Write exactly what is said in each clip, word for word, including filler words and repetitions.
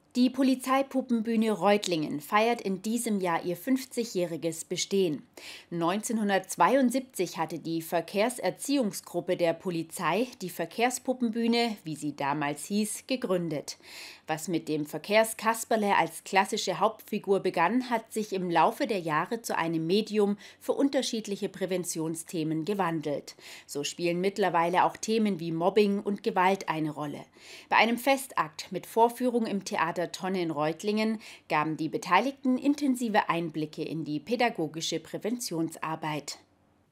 Die Polizeipuppenbühne Reutlingen feiert in diesem Jahr ihr fünfzigjähriges Bestehen. neunzehnhundertzweiundsiebzig hatte die Verkehrserziehungsgruppe der Polizei die Verkehrspuppenbühne, wie sie damals hieß, gegründet. Was mit dem Verkehrskasperle als klassische Hauptfigur begann, hat sich im Laufe der Jahre zu einem Medium für unterschiedliche Präventionsthemen gewandelt. So spielen mittlerweile auch Themen wie Mobbing und Gewalt eine Rolle. Bei einem Festakt mit Vorführung im Theater Tonne in Reutlingen gaben die Beteiligten intensive Einblicke in die pädagogische Präventionsarbeit.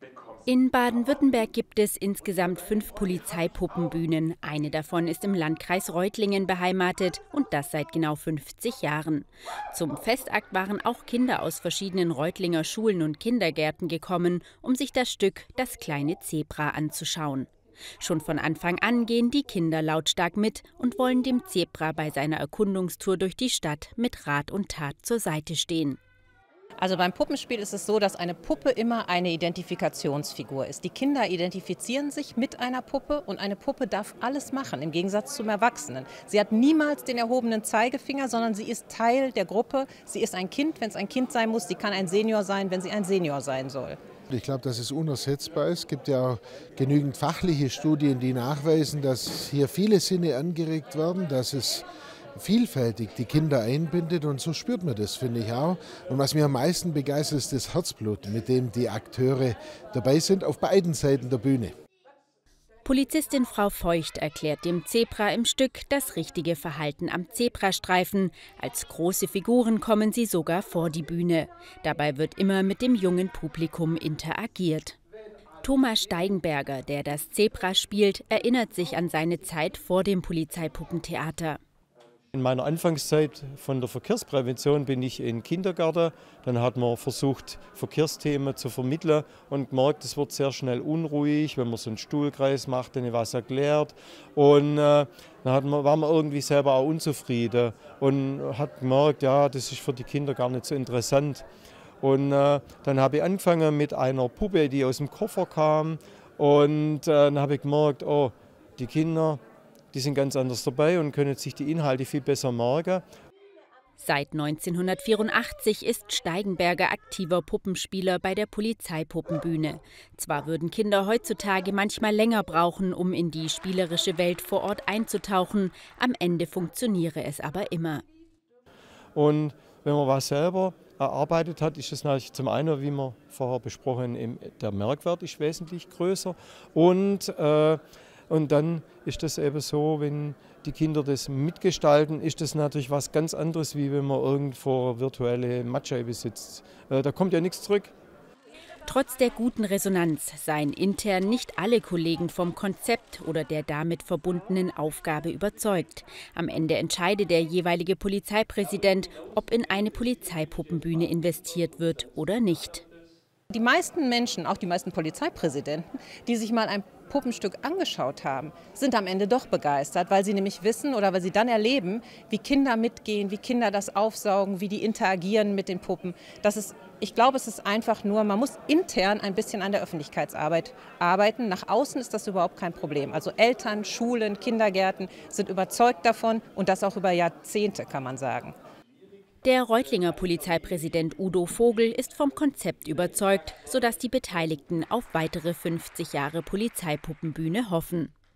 In Baden-Württemberg gibt es insgesamt fünf Polizeipuppenbühnen. Eine davon ist im Landkreis Reutlingen beheimatet und das seit genau fünfzig Jahren. Zum Festakt waren auch Kinder aus verschiedenen Reutlinger Schulen und Kindergärten gekommen, um sich das Stück Das kleine Zebra anzuschauen. Schon von Anfang an gehen die Kinder lautstark mit und wollen dem Zebra bei seiner Erkundungstour durch die Stadt mit Rat und Tat zur Seite stehen. Also beim Puppenspiel ist es so, dass eine Puppe immer eine Identifikationsfigur ist. Die Kinder identifizieren sich mit einer Puppe und eine Puppe darf alles machen, im Gegensatz zum Erwachsenen. Sie hat niemals den erhobenen Zeigefinger, sondern sie ist Teil der Gruppe. Sie ist ein Kind, wenn es ein Kind sein muss. Sie kann ein Senior sein, wenn sie ein Senior sein soll. Ich glaube, dass es unersetzbar ist. Es gibt ja auch genügend fachliche Studien, die nachweisen, dass hier viele Sinne angeregt werden, dass es vielfältig die Kinder einbindet und so spürt man das, finde ich auch. Und was mir am meisten begeistert, ist das Herzblut, mit dem die Akteure dabei sind, auf beiden Seiten der Bühne. Polizistin Frau Feucht erklärt dem Zebra im Stück das richtige Verhalten am Zebrastreifen. Als große Figuren kommen sie sogar vor die Bühne. Dabei wird immer mit dem jungen Publikum interagiert. Thomas Steigenberger, der das Zebra spielt, erinnert sich an seine Zeit vor dem Polizeipuppentheater. In meiner Anfangszeit von der Verkehrsprävention bin ich in den Kindergarten. Dann hat man versucht, Verkehrsthemen zu vermitteln und gemerkt, es wird sehr schnell unruhig, wenn man so einen Stuhlkreis macht, dann was erklärt. Und äh, dann hat man, war man irgendwie selber auch unzufrieden und hat gemerkt, ja, das ist für die Kinder gar nicht so interessant. Und äh, dann habe ich angefangen mit einer Puppe, die aus dem Koffer kam. Und äh, dann habe ich gemerkt, oh, die Kinder, die sind ganz anders dabei und können sich die Inhalte viel besser merken. Seit neunzehnhundertvierundachtzig ist Steigenberger aktiver Puppenspieler bei der Polizeipuppenbühne. Zwar würden Kinder heutzutage manchmal länger brauchen, um in die spielerische Welt vor Ort einzutauchen, am Ende funktioniere es aber immer. Und wenn man was selber erarbeitet hat, ist es natürlich zum einen, wie wir vorher besprochen haben, der Merkwert ist wesentlich größer und äh, Und dann ist das eben so, wenn die Kinder das mitgestalten, ist das natürlich was ganz anderes, wie wenn man irgendwo virtuelle Mattscheibe sitzt. Da kommt ja nichts zurück. Trotz der guten Resonanz seien intern nicht alle Kollegen vom Konzept oder der damit verbundenen Aufgabe überzeugt. Am Ende entscheide der jeweilige Polizeipräsident, ob in eine Polizeipuppenbühne investiert wird oder nicht. Die meisten Menschen, auch die meisten Polizeipräsidenten, die sich mal ein Puppenstück angeschaut haben, sind am Ende doch begeistert, weil sie nämlich wissen oder weil sie dann erleben, wie Kinder mitgehen, wie Kinder das aufsaugen, wie die interagieren mit den Puppen. Das ist, ich glaube, es ist einfach nur, man muss intern ein bisschen an der Öffentlichkeitsarbeit arbeiten. Nach außen ist das überhaupt kein Problem. Also Eltern, Schulen, Kindergärten sind überzeugt davon und das auch über Jahrzehnte, kann man sagen. Der Reutlinger Polizeipräsident Udo Vogel ist vom Konzept überzeugt, sodass die Beteiligten auf weitere fünfzig Jahre Polizeipuppenbühne hoffen.